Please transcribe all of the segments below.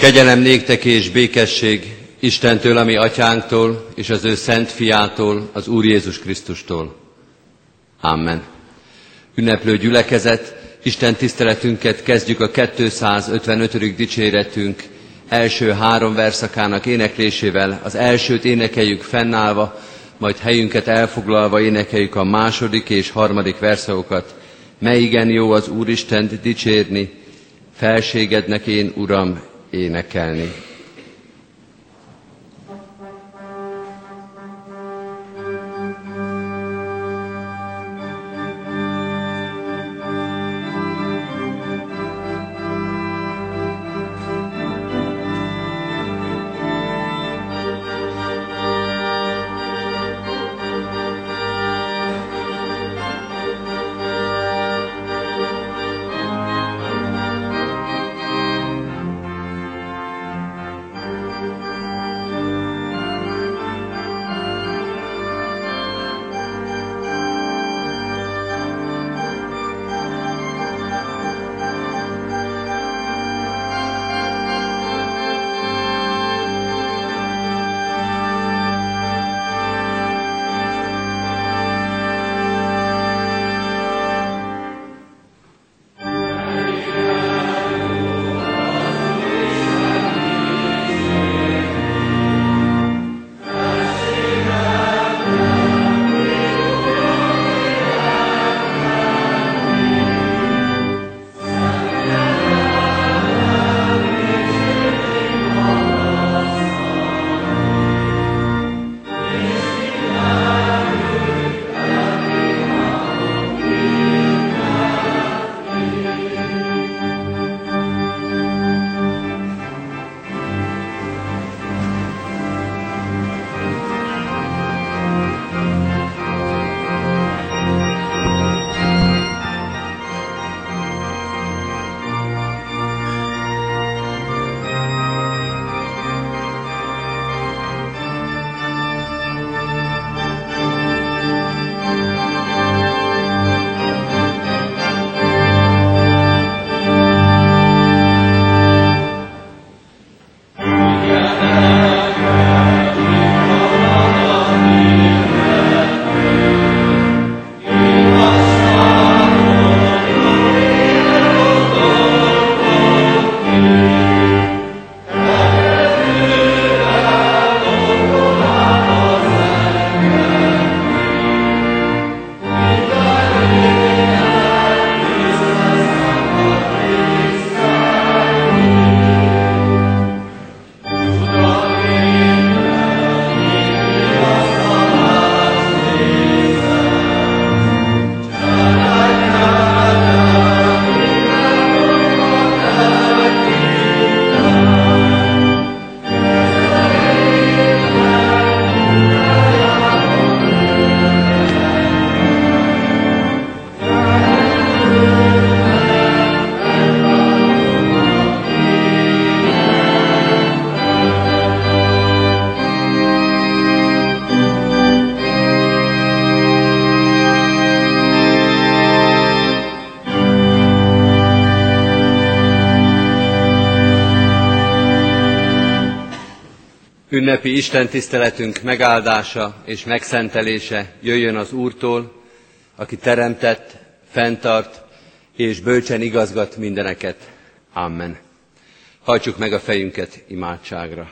Kegyelem néktek és békesség Istentől, a mi atyánktól, és az ő szent fiától, az Úr Jézus Krisztustól. Amen. Ünneplő gyülekezet, Isten tiszteletünket kezdjük a 255. dicséretünk első 3 verszakának éneklésével. Az elsőt énekeljük fennállva, majd helyünket elfoglalva énekeljük a 2. és 3. verszakokat. Mely igen jó az Úristent dicsérni, felségednek én, Uram, énekelni. Ünnepi istentiszteletünk megáldása és megszentelése jöjjön az Úrtól, aki teremtett, fenntart és bölcsen igazgat mindeneket. Amen. Hajtsuk meg a fejünket imádságra.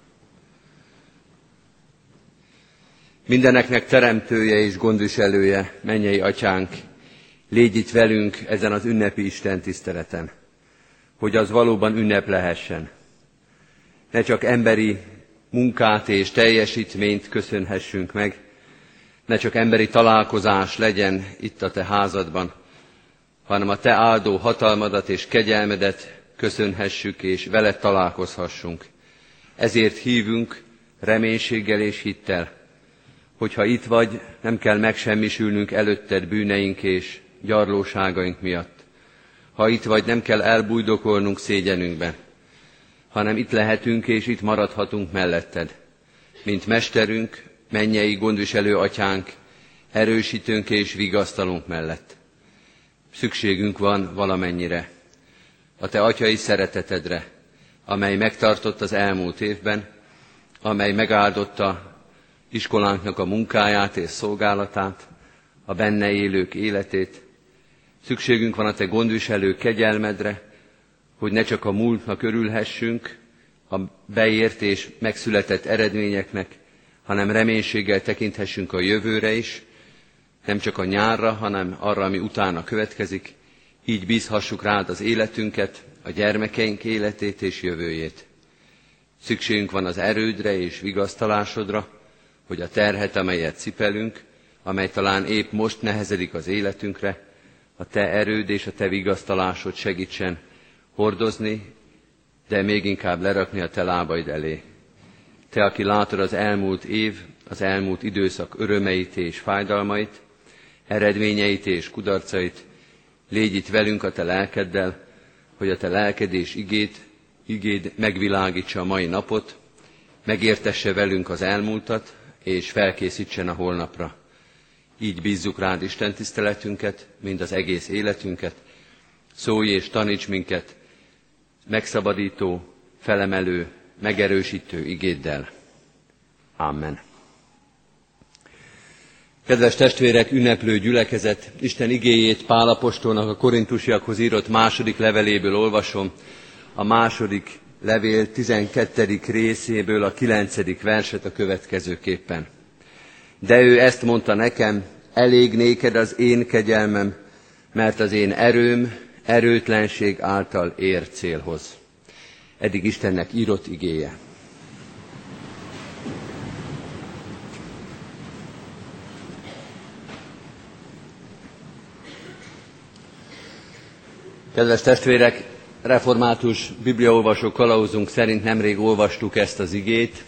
Mindeneknek teremtője és gondviselője, mennyei atyánk, légy itt velünk ezen az ünnepi istentiszteleten, hogy az valóban ünnep lehessen. Ne csak emberi munkát és teljesítményt köszönhessünk meg, ne csak emberi találkozás legyen itt a te házadban, hanem a te áldó hatalmadat és kegyelmedet köszönhessük és veled találkozhassunk. Ezért hívünk reménységgel és hittel, hogyha itt vagy, nem kell megsemmisülnünk előtted bűneink és gyarlóságaink miatt. Ha itt vagy, nem kell elbújdokolnunk szégyenünkben, hanem itt lehetünk és itt maradhatunk melletted. Mint mesterünk, mennyei gondviselő atyánk, erősítőnk és vigasztalunk mellett. Szükségünk van valamennyire a te atyai szeretetedre, amely megtartott az elmúlt évben, amely megáldotta iskolánknak a munkáját és szolgálatát, a benne élők életét. Szükségünk van a Te gondviselő kegyelmedre, hogy ne csak a múltnak örülhessünk, a beért és megszületett eredményeknek, hanem reménységgel tekinthessünk a jövőre is, nem csak a nyárra, hanem arra, ami utána következik, így bízhassuk rád az életünket, a gyermekeink életét és jövőjét. Szükségünk van az erődre és vigasztalásodra, hogy a terhet, amelyet cipelünk, amely talán épp most nehezedik az életünkre, a Te erőd és a Te vigasztalásod segítsen hordozni, de még inkább lerakni a Te lábaid elé. Te, aki látod az elmúlt év, az elmúlt időszak örömeit és fájdalmait, eredményeit és kudarcait, légy itt velünk a Te lelkeddel, hogy a Te lelked és igéd megvilágítsa a mai napot, megértesse velünk az elmúltat, és felkészítsen a holnapra. Így bízzuk rád Isten tiszteletünket, mind az egész életünket. Szólj és taníts minket megszabadító, felemelő, megerősítő igéddel. Amen. Kedves testvérek, ünneplő gyülekezet, Isten igéjét Pál apostolnak a korintusiakhoz írott második leveléből olvasom, a második levél 12. részéből a 9. verset a következőképpen. De ő ezt mondta nekem, elég néked az én kegyelmem, mert az én erőm erőtlenség által ér célhoz. Eddig Istennek írott igéje. Kedves testvérek, református bibliaolvasó kalauzunk szerint nemrég olvastuk ezt az igét,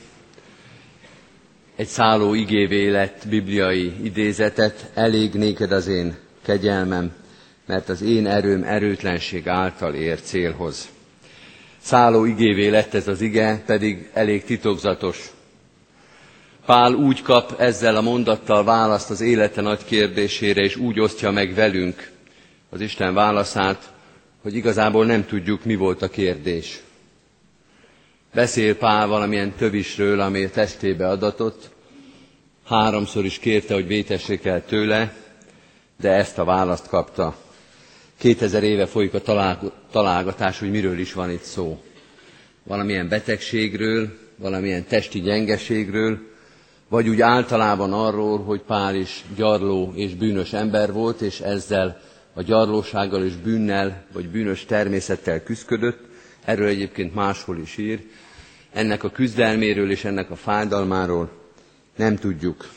egy szálló igévé lett bibliai idézetet, elég néked az én kegyelmem, mert az én erőm erőtlenség által ér célhoz. Szálló igévé lett ez az ige, pedig elég titokzatos. Pál úgy kap ezzel a mondattal választ az élete nagy kérdésére, és úgy osztja meg velünk az Isten válaszát, hogy igazából nem tudjuk, mi volt a kérdés. Beszél Pál valamilyen tövisről, ami a testébe adatott. 3-szor is kérte, hogy vétessék el tőle, de ezt a választ kapta. 2000 éve folyik a találgatás, hogy miről is van itt szó. Valamilyen betegségről, valamilyen testi gyengeségről, vagy úgy általában arról, hogy Pál is gyarló és bűnös ember volt, és ezzel a gyarlósággal és bűnnel, vagy bűnös természettel küszködött. Erről egyébként máshol is ír. Ennek a küzdelméről és ennek a fájdalmáról nem tudjuk.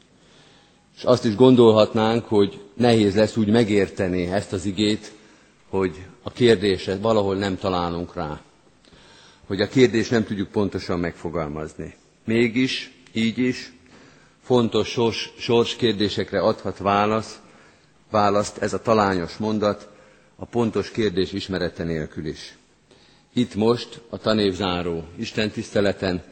És azt is gondolhatnánk, hogy nehéz lesz úgy megérteni ezt az igét, hogy a kérdésre valahol nem találunk rá. Hogy a kérdést nem tudjuk pontosan megfogalmazni. Mégis, így is, fontos sorskérdésekre adhat választ ez a talányos mondat, a pontos kérdés ismerete nélkül is. Itt most a tanévzáró istentiszteleten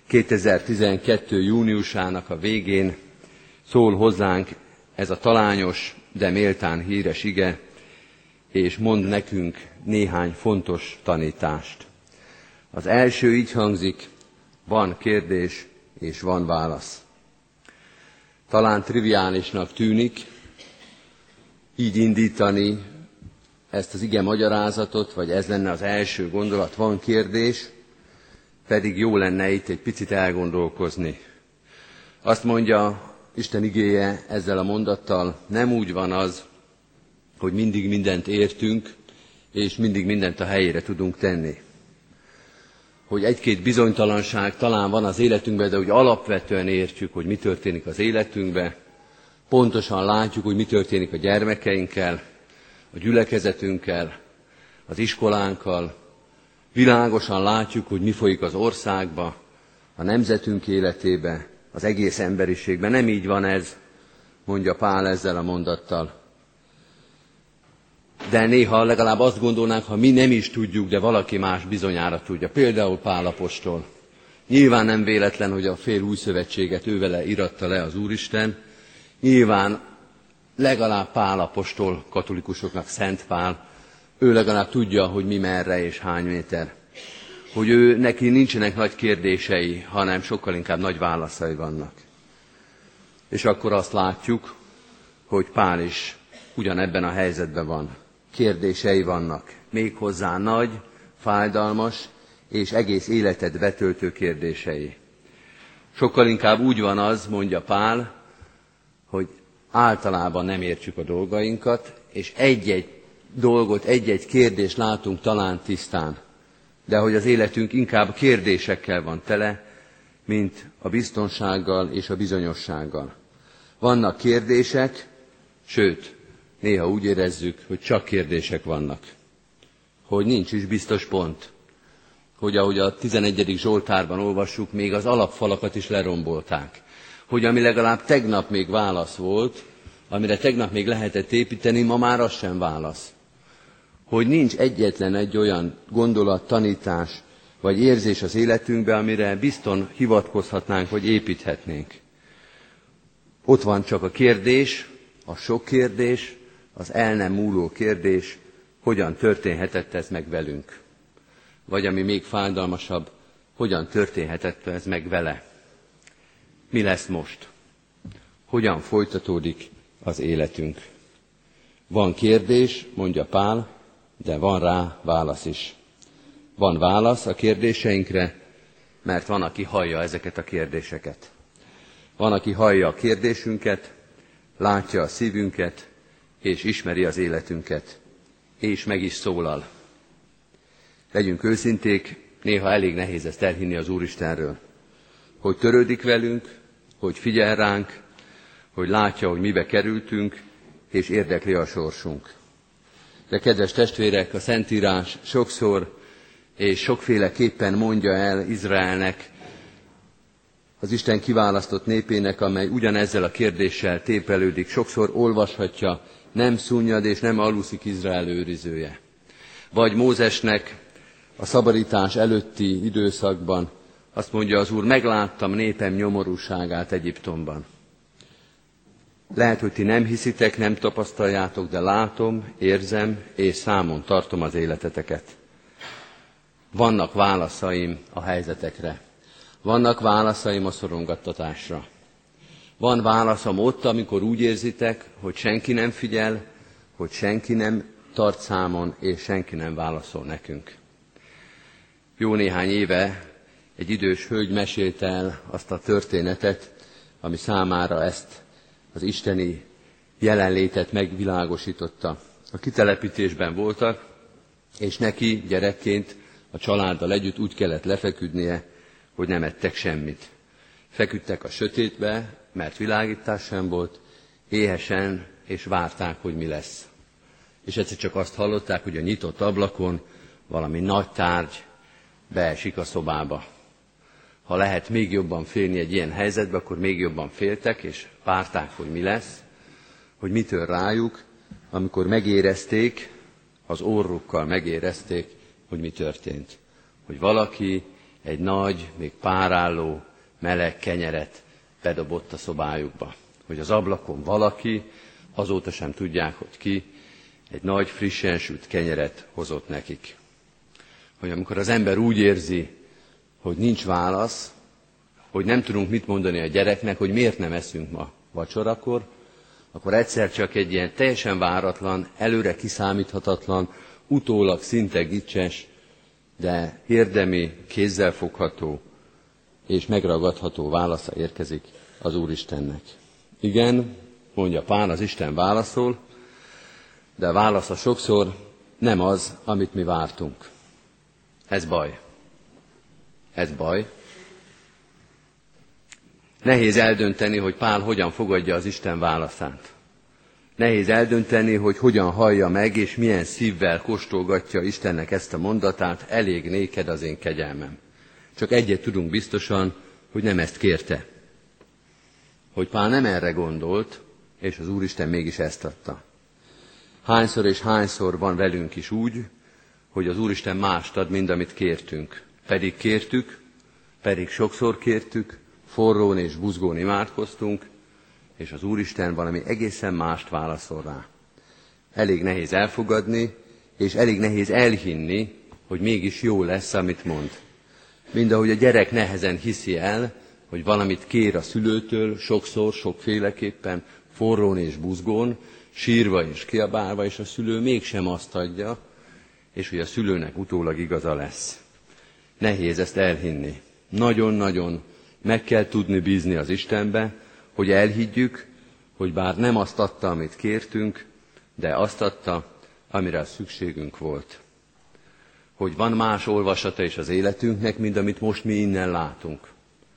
2012. júniusának a végén szól hozzánk ez a talányos, de méltán híres ige, és mond nekünk néhány fontos tanítást. Az első így hangzik, van kérdés és van válasz. Talán triviálisnak tűnik így indítani ezt az ige magyarázatot, vagy ez lenne az első gondolat, van kérdés, pedig jó lenne itt egy picit elgondolkozni. Azt mondja Isten igéje ezzel a mondattal, nem úgy van az, hogy mindig mindent értünk, és mindig mindent a helyére tudunk tenni. Hogy egy-két bizonytalanság talán van az életünkben, de úgy alapvetően értjük, hogy mi történik az életünkben, pontosan látjuk, hogy mi történik a gyermekeinkkel, a gyülekezetünkkel, az iskolánkkal, világosan látjuk, hogy mi folyik az országba, a nemzetünk életébe, az egész emberiségben. Nem így van ez, mondja Pál ezzel a mondattal. De néha legalább azt gondolnánk, ha mi nem is tudjuk, de valaki más bizonyára tudja. Például Pál apostol. Nyilván nem véletlen, hogy a fél új szövetséget ővele iratta le az Úristen. Nyilván legalább Pál apostol, katolikusoknak Szent Pál, ő legalább tudja, hogy mi merre és hány méter. hogy ő neki nincsenek nagy kérdései, hanem sokkal inkább nagy válaszai vannak. És akkor azt látjuk, hogy Pál is ugyanebben a helyzetben van. Kérdései vannak, méghozzá nagy, fájdalmas és egész életet betöltő kérdései. Sokkal inkább úgy van az, mondja Pál, hogy általában nem értjük a dolgainkat, és egy-egy dolgot, egy-egy kérdést látunk talán tisztán, de hogy az életünk inkább kérdésekkel van tele, mint a biztonsággal és a bizonyossággal. Vannak kérdések, sőt, néha úgy érezzük, hogy csak kérdések vannak. Hogy nincs is biztos pont. Hogy ahogy a 11. Zsoltárban olvassuk, még az alapfalakat is lerombolták. Hogy ami legalább tegnap még válasz volt, amire tegnap még lehetett építeni, ma már az sem válasz. Hogy nincs egyetlen egy olyan gondolat, tanítás vagy érzés az életünkben, amire bizton hivatkozhatnánk, vagy építhetnénk. Ott van csak a kérdés, a sok kérdés, az el nem múló kérdés, hogyan történhetett ez meg velünk. Vagy ami még fájdalmasabb, hogyan történhetett ez meg vele. Mi lesz most? Hogyan folytatódik az életünk? Van kérdés, mondja Pál, de van rá válasz is. Van válasz a kérdéseinkre, mert van, aki hallja ezeket a kérdéseket. Van, aki hallja a kérdésünket, látja a szívünket, és ismeri az életünket, és meg is szólal. Legyünk őszinték, néha elég nehéz ezt elhinni az Úristenről. Hogy törődik velünk, hogy figyel ránk, hogy látja, hogy mibe kerültünk, és érdekli a sorsunk. De kedves testvérek, a Szentírás sokszor és sokféleképpen mondja el Izraelnek, az Isten kiválasztott népének, amely ugyanezzel a kérdéssel tépelődik, sokszor olvashatja, nem szunnyad és nem aluszik Izrael őrizője. Vagy Mózesnek a szabadítás előtti időszakban azt mondja az Úr, megláttam népem nyomorúságát Egyiptomban. Lehet, hogy ti nem hiszitek, nem tapasztaljátok, de látom, érzem és számon tartom az életeteket. Vannak válaszaim a helyzetekre. Vannak válaszaim a szorongattatásra. Van válaszom ott, amikor úgy érzitek, hogy senki nem figyel, hogy senki nem tart számon, és senki nem válaszol nekünk. Jó néhány éve egy idős hölgy mesélte el azt a történetet, ami számára ezt az isteni jelenlétet megvilágosította. A kitelepítésben voltak, és neki gyerekként a családdal együtt úgy kellett lefeküdnie, hogy nem ettek semmit. Feküdtek a sötétbe, mert világítás sem volt, éhesen, és várták, hogy mi lesz. És egyszer csak azt hallották, hogy a nyitott ablakon valami nagy tárgy beesik a szobába. Ha lehet még jobban félni egy ilyen helyzetbe, akkor még jobban féltek, és várták, hogy mi lesz, hogy mitől rájuk, amikor megérezték, az orrukkal megérezték, hogy mi történt. Hogy valaki egy nagy, még páráló, meleg kenyeret bedobott a szobájukba. Hogy az ablakon valaki, azóta sem tudják, hogy ki, egy nagy, frissen sült kenyeret hozott nekik. Hogy amikor az ember úgy érzi, hogy nincs válasz, hogy nem tudunk mit mondani a gyereknek, hogy miért nem eszünk ma vacsorakor, akkor egyszer csak egy ilyen teljesen váratlan, előre kiszámíthatatlan, utólag szinte gicses, de érdemi, kézzelfogható és megragadható válasza érkezik az Úristennek. Igen, mondja Pál, az Isten válaszol, de a válasza sokszor nem az, amit mi vártunk. Ez baj. Ez baj. Nehéz eldönteni, hogy Pál hogyan fogadja az Isten válaszát. Nehéz eldönteni, hogy hogyan hallja meg, és milyen szívvel kóstolgatja Istennek ezt a mondatát, elég néked az én kegyelmem. Csak egyet tudunk biztosan, hogy nem ezt kérte. Hogy Pál nem erre gondolt, és az Úristen mégis ezt adta. Hányszor és hányszor van velünk is úgy, hogy az Úristen mást ad, mint amit kértünk. Pedig kértük, pedig sokszor kértük, forrón és buzgón imádkoztunk, és az Úristen valami egészen mást válaszol rá. Elég nehéz elfogadni, és elég nehéz elhinni, hogy mégis jó lesz, amit mond. Mind ahogy a gyerek nehezen hiszi el, hogy valamit kér a szülőtől, sokszor, sokféleképpen, forrón és buzgón, sírva és kiabálva, és a szülő mégsem azt adja, és hogy a szülőnek utólag igaza lesz. Nehéz ezt elhinni. Nagyon-nagyon meg kell tudni bízni az Istenbe, hogy elhiggyük, hogy bár nem azt adta, amit kértünk, de azt adta, amire szükségünk volt. Hogy van más olvasata is az életünknek, mint amit most mi innen látunk.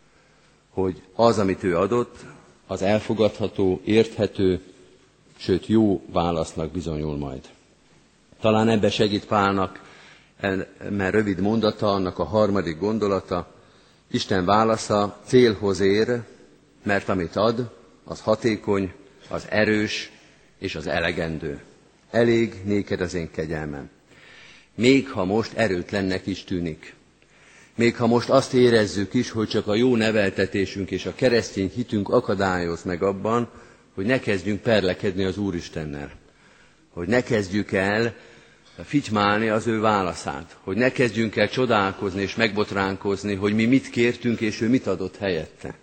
Hogy az, amit ő adott, az elfogadható, érthető, sőt jó válasznak bizonyul majd. Talán ebbe segít Pálnak, mert rövid mondata, annak a harmadik gondolata, Isten válasza célhoz ér, mert amit ad, az hatékony, az erős és az elegendő. Elég néked az én kegyelmem. Még ha most erőtlennek is tűnik. Még ha most azt érezzük is, hogy csak a jó neveltetésünk és a keresztény hitünk akadályoz meg abban, hogy ne kezdjünk perlekedni az Úristennel. Hogy ne kezdjük el fitymálni az ő válaszát. Hogy ne kezdjünk el csodálkozni és megbotránkozni, hogy mi mit kértünk és ő mit adott helyette.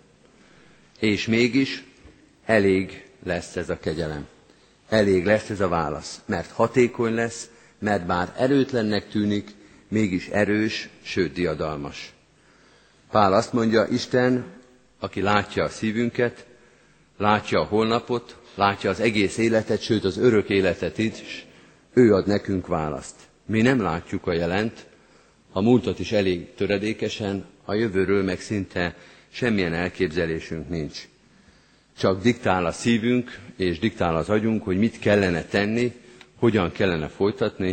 És mégis elég lesz ez a kegyelem. Elég lesz ez a válasz, mert hatékony lesz, mert bár erőtlennek tűnik, mégis erős, sőt diadalmas. Pál azt mondja, Isten, aki látja a szívünket, látja a holnapot, látja az egész életet, sőt az örök életet is, ő ad nekünk választ. Mi nem látjuk a jelent, a múltat is elég töredékesen, a jövőről meg szinte semmilyen elképzelésünk nincs. Csak diktál a szívünk, és diktál az agyunk, hogy mit kellene tenni, hogyan kellene folytatni,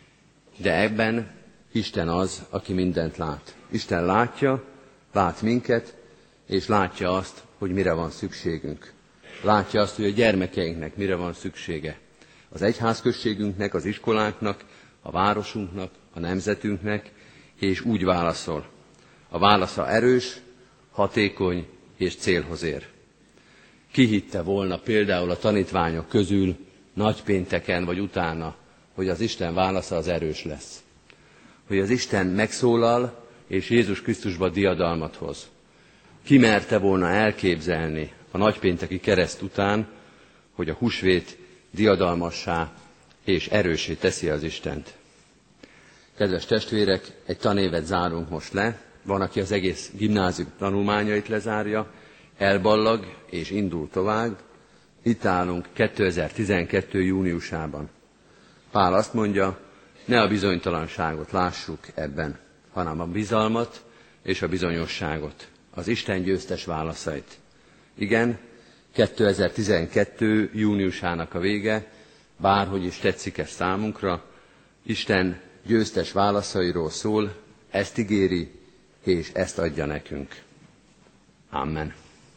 de ebben Isten az, aki mindent lát. Isten látja, lát minket, és látja azt, hogy mire van szükségünk. Látja azt, hogy a gyermekeinknek mire van szüksége. Az egyházközségünknek, az iskolánknak, a városunknak, a nemzetünknek, és úgy válaszol. A válasza erős, hatékony és célhoz ér. Ki hitte volna például a tanítványok közül nagypénteken vagy utána, hogy az Isten válasza az erős lesz. Hogy az Isten megszólal, és Jézus Krisztusba diadalmat hoz. Ki merte volna elképzelni a nagypénteki kereszt után, hogy a húsvét diadalmassá és erőssé teszi az Istent. Kedves testvérek, egy tanévet zárunk most le. Van, aki az egész gimnázium tanulmányait lezárja, elballag és indul tovább. Itt állunk 2012. júniusában. Pál azt mondja, ne a bizonytalanságot lássuk ebben, hanem a bizalmat és a bizonyosságot, az Isten győztes válaszait. Igen, 2012. júniusának a vége, bárhogy is tetszik ez számunkra, Isten győztes válaszairól szól, ezt ígéri, és ezt adja nekünk. Amen.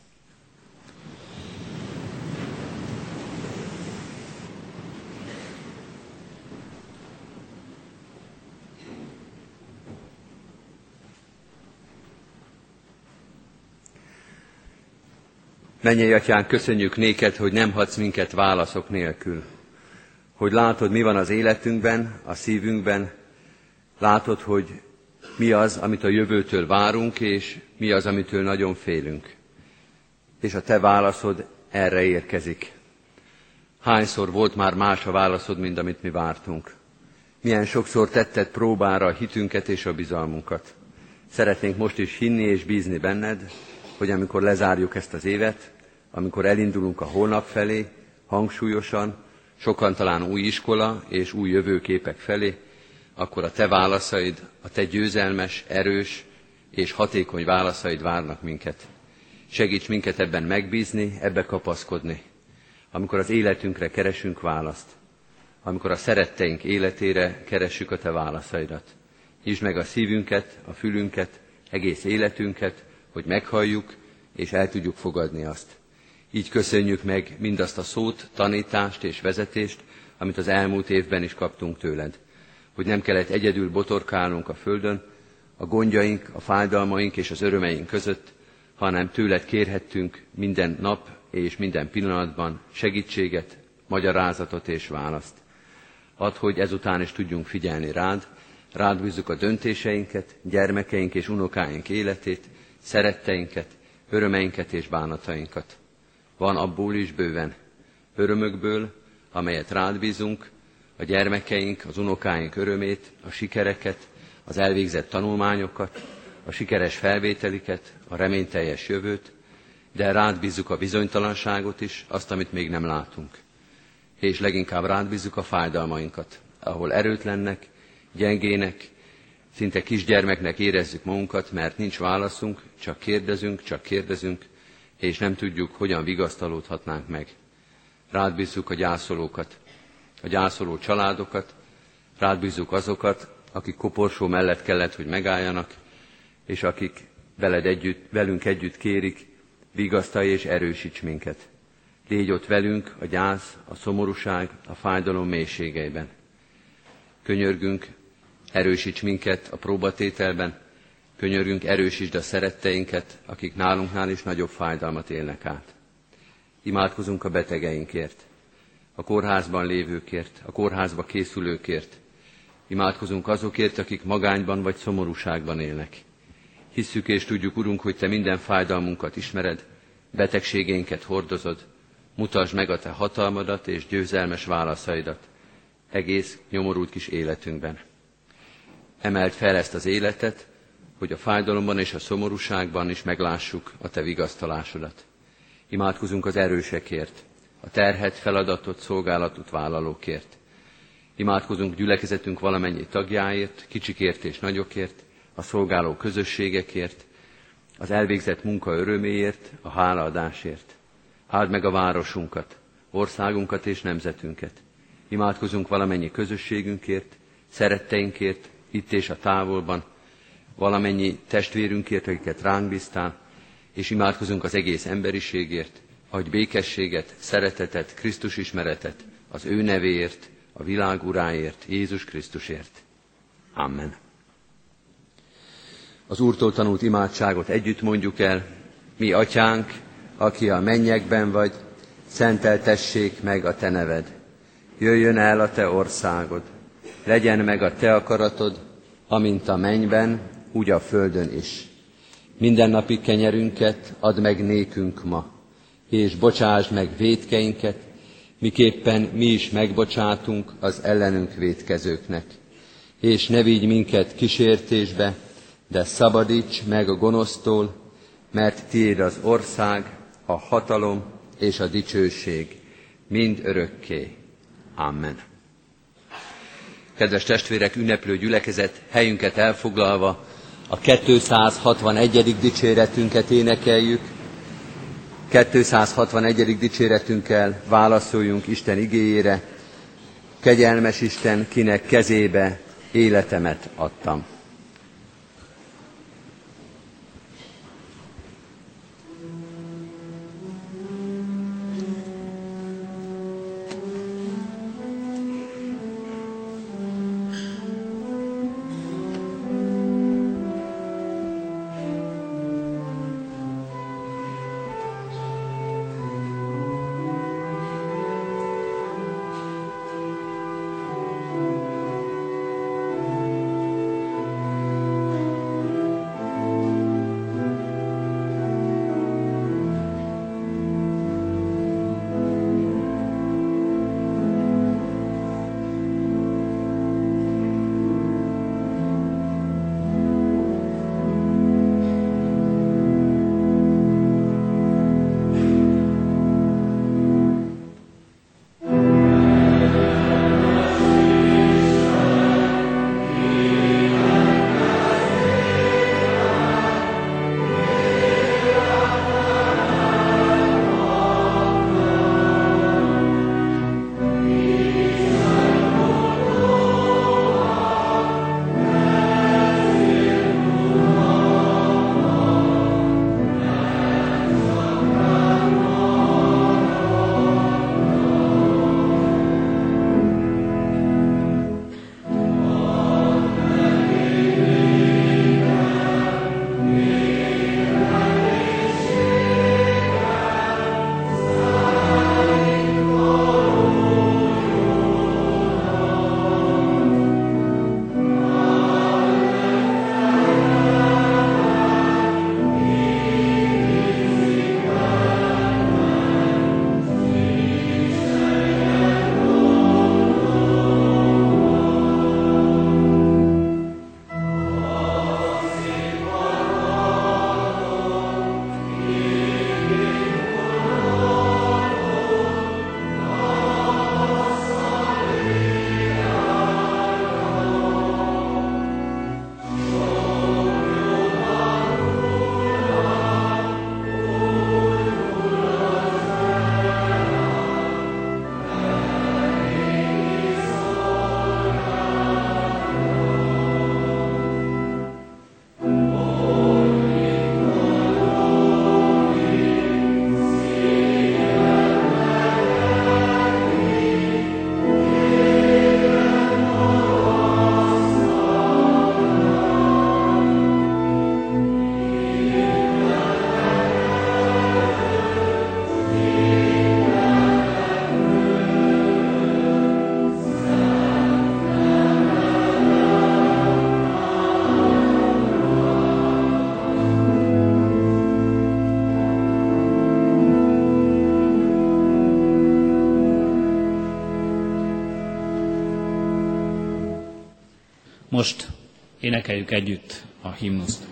Mennyei Atyánk, köszönjük néked, hogy nem hagysz minket válaszok nélkül. Hogy látod, mi van az életünkben, a szívünkben. Látod, hogy mi az, amit a jövőtől várunk, és mi az, amitől nagyon félünk. És a te válaszod erre érkezik. Hányszor volt már más a válaszod, mint amit mi vártunk? Milyen sokszor tetted próbára a hitünket és a bizalmunkat. Szeretnénk most is hinni és bízni benned, hogy amikor lezárjuk ezt az évet, amikor elindulunk a holnap felé, hangsúlyosan, sokan talán új iskola és új jövőképek felé, akkor a te válaszaid, a te győzelmes, erős és hatékony válaszaid várnak minket. Segíts minket ebben megbízni, ebbe kapaszkodni. Amikor az életünkre keresünk választ, amikor a szeretteink életére keressük a te válaszaidat. Nyisd meg a szívünket, a fülünket, egész életünket, hogy meghalljuk és el tudjuk fogadni azt. Így köszönjük meg mindazt a szót, tanítást és vezetést, amit az elmúlt évben is kaptunk tőled. Hogy nem kellett egyedül botorkálnunk a földön, a gondjaink, a fájdalmaink és az örömeink között, hanem tőled kérhettünk minden nap és minden pillanatban segítséget, magyarázatot és választ. Add, hogy ezután is tudjunk figyelni rád, Rád bízzuk a döntéseinket, gyermekeink és unokáink életét, szeretteinket, örömeinket és bánatainkat. Van abból is bőven, örömökből, amelyet rád bízunk, a gyermekeink, az unokáink örömét, a sikereket, az elvégzett tanulmányokat, a sikeres felvételiket, a reményteljes jövőt, de rád bízzuk a bizonytalanságot is, azt, amit még nem látunk. És leginkább rád bízzuk a fájdalmainkat, ahol erőtlennek, gyengének, szinte kisgyermeknek érezzük magunkat, mert nincs válaszunk, csak kérdezünk, és nem tudjuk, hogyan vigasztalódhatnánk meg. Rád bízzuk a gyászolókat, a gyászoló családokat, rád bízzuk azokat, akik koporsó mellett kellett, hogy megálljanak, és akik velünk együtt kérik, vigasztalj és erősíts minket. Légy ott velünk a gyász, a szomorúság, a fájdalom mélységeiben. Könyörgünk, erősíts minket a próbatételben, könyörgünk, erősítsd a szeretteinket, akik nálunknál is nagyobb fájdalmat élnek át. Imádkozunk a betegeinkért, a kórházban lévőkért, a kórházba készülőkért. Imádkozunk azokért, akik magányban vagy szomorúságban élnek. Hisszük és tudjuk, Urunk, hogy Te minden fájdalmunkat ismered, betegségeinket hordozod, mutasd meg a Te hatalmadat és győzelmes válaszaidat egész nyomorult kis életünkben. Emeld fel ezt az életet, hogy a fájdalomban és a szomorúságban is meglássuk a Te vigasztalásodat. Imádkozunk az erősekért, a terhet, feladatot, szolgálatot vállalókért. Imádkozunk gyülekezetünk valamennyi tagjáért, kicsikért és nagyokért, a szolgáló közösségekért, az elvégzett munka öröméért, a hálaadásért. Áld meg a városunkat, országunkat és nemzetünket. Imádkozunk valamennyi közösségünkért, szeretteinkért, itt és a távolban, valamennyi testvérünkért, akiket ránk bíztál, és imádkozunk az egész emberiségért, adj békességet, szeretetet, Krisztus ismeretet, az ő nevéért, a világ uráért, Jézus Krisztusért. Amen. Az Úrtól tanult imádságot együtt mondjuk el. Mi atyánk, aki a mennyekben vagy, szenteltessék meg a te neved. Jöjjön el a te országod. Legyen meg a te akaratod, amint a mennyben, úgy a földön is. Mindennapi kenyerünket add meg nékünk ma, és bocsásd meg vétkeinket, miképpen mi is megbocsátunk az ellenünk vétkezőknek. És ne vigy minket kísértésbe, de szabadíts meg a gonosztól, mert tiéd az ország, a hatalom és a dicsőség mind örökké. Amen. Kedves testvérek, ünneplő gyülekezet, helyünket elfoglalva a 261. dicséretünket énekeljük. 261. dicséretünkkel válaszoljunk Isten igéjére. Kegyelmes Isten, kinek kezébe életemet adtam. Most énekeljük együtt a himnuszt.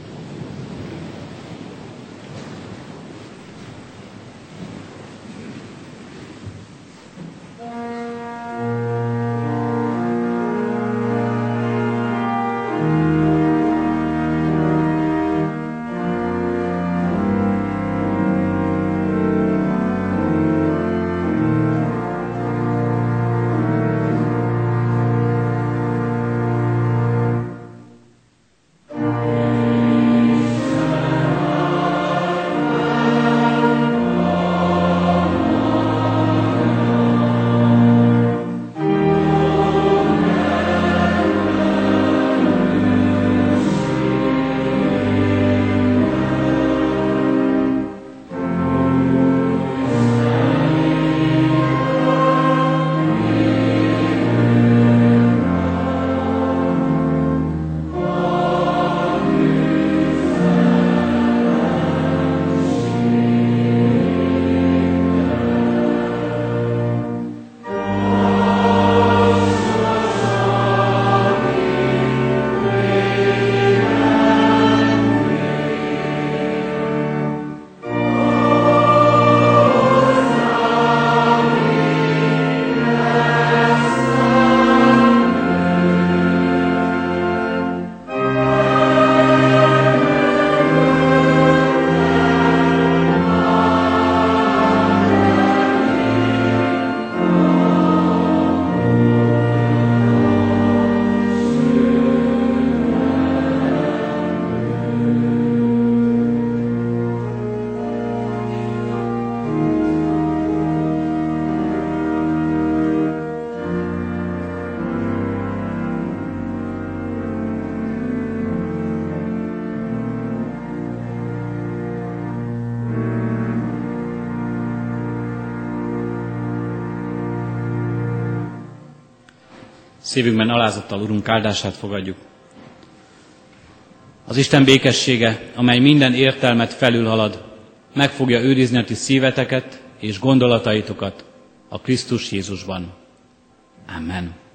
Szívünkben alázattal Urunk áldását fogadjuk. Az Isten békessége, amely minden értelmet felülhalad, meg fogja őrizni a ti szíveteket és gondolataitokat a Krisztus Jézusban. Amen.